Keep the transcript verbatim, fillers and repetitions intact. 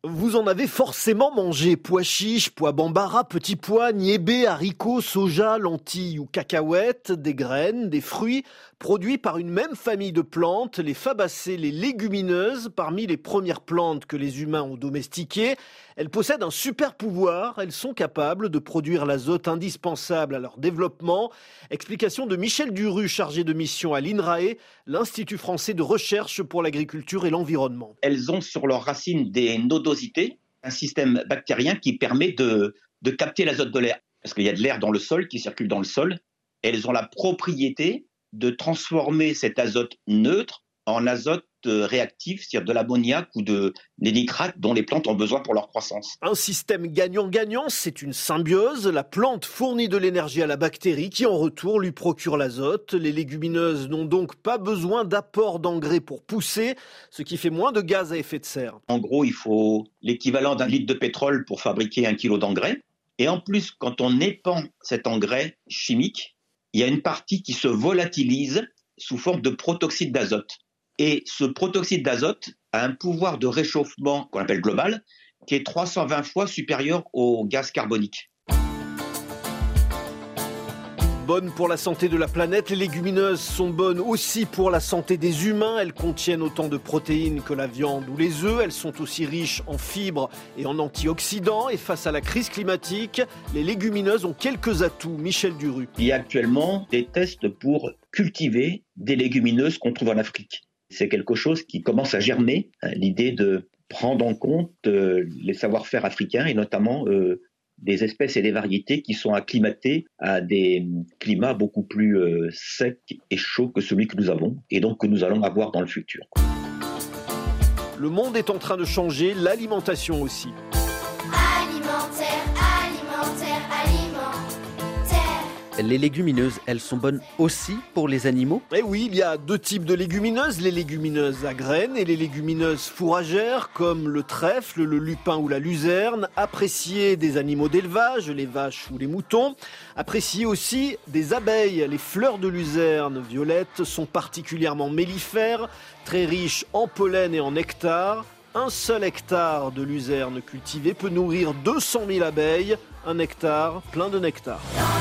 Vous en avez forcément mangé, pois chiches, pois bambara, petits pois, niébé, haricots, soja, lentilles ou cacahuètes, des graines, des fruits, produits par une même famille de plantes, les fabacées, les légumineuses, parmi les premières plantes que les humains ont domestiquées. Elles possèdent un super pouvoir, elles sont capables de produire l'azote indispensable à leur développement. Explication de Michel Duru, chargé de mission à l'I N R A E, l'Institut français de recherche pour l'agriculture et l'environnement. Elles ont sur leurs racines des nodosités, un système bactérien qui permet de, de capter l'azote de l'air. Parce qu'il y a de l'air dans le sol qui circule dans le sol. Et elles ont la propriété de transformer cet azote neutre en azote réactif, c'est-à-dire de l'ammoniac ou de, des nitrates dont les plantes ont besoin pour leur croissance. Un système gagnant-gagnant, c'est une symbiose. La plante fournit de l'énergie à la bactérie qui en retour lui procure l'azote. Les légumineuses n'ont donc pas besoin d'apport d'engrais pour pousser, ce qui fait moins de gaz à effet de serre. En gros, il faut l'équivalent d'un litre de pétrole pour fabriquer un kilo d'engrais. Et en plus, quand on épand cet engrais chimique, il y a une partie qui se volatilise sous forme de protoxyde d'azote. Et ce protoxyde d'azote a un pouvoir de réchauffement qu'on appelle global, qui est trois cent vingt fois supérieur au gaz carbonique. Bonnes pour la santé de la planète, les légumineuses sont bonnes aussi pour la santé des humains. Elles contiennent autant de protéines que la viande ou les œufs. Elles sont aussi riches en fibres et en antioxydants. Et face à la crise climatique, les légumineuses ont quelques atouts. Michel Duru. Il y a actuellement des tests pour cultiver des légumineuses qu'on trouve en Afrique. C'est quelque chose qui commence à germer, hein, l'idée de prendre en compte euh, les savoir-faire africains et notamment euh, des espèces et des variétés qui sont acclimatées à des climats beaucoup plus euh, secs et chauds que celui que nous avons et donc que nous allons avoir dans le futur. Le monde est en train de changer, l'alimentation aussi. Alimentaire, alimentaire, alimentaire. Les légumineuses, elles sont bonnes aussi pour les animaux ? Eh oui, il y a deux types de légumineuses, les légumineuses à graines et les légumineuses fourragères comme le trèfle, le lupin ou la luzerne, appréciées des animaux d'élevage, les vaches ou les moutons, appréciées aussi des abeilles. Les fleurs de luzerne violettes sont particulièrement mellifères, très riches en pollen et en nectar. Un seul hectare de luzerne cultivé peut nourrir deux cent mille abeilles, un hectare plein de nectar.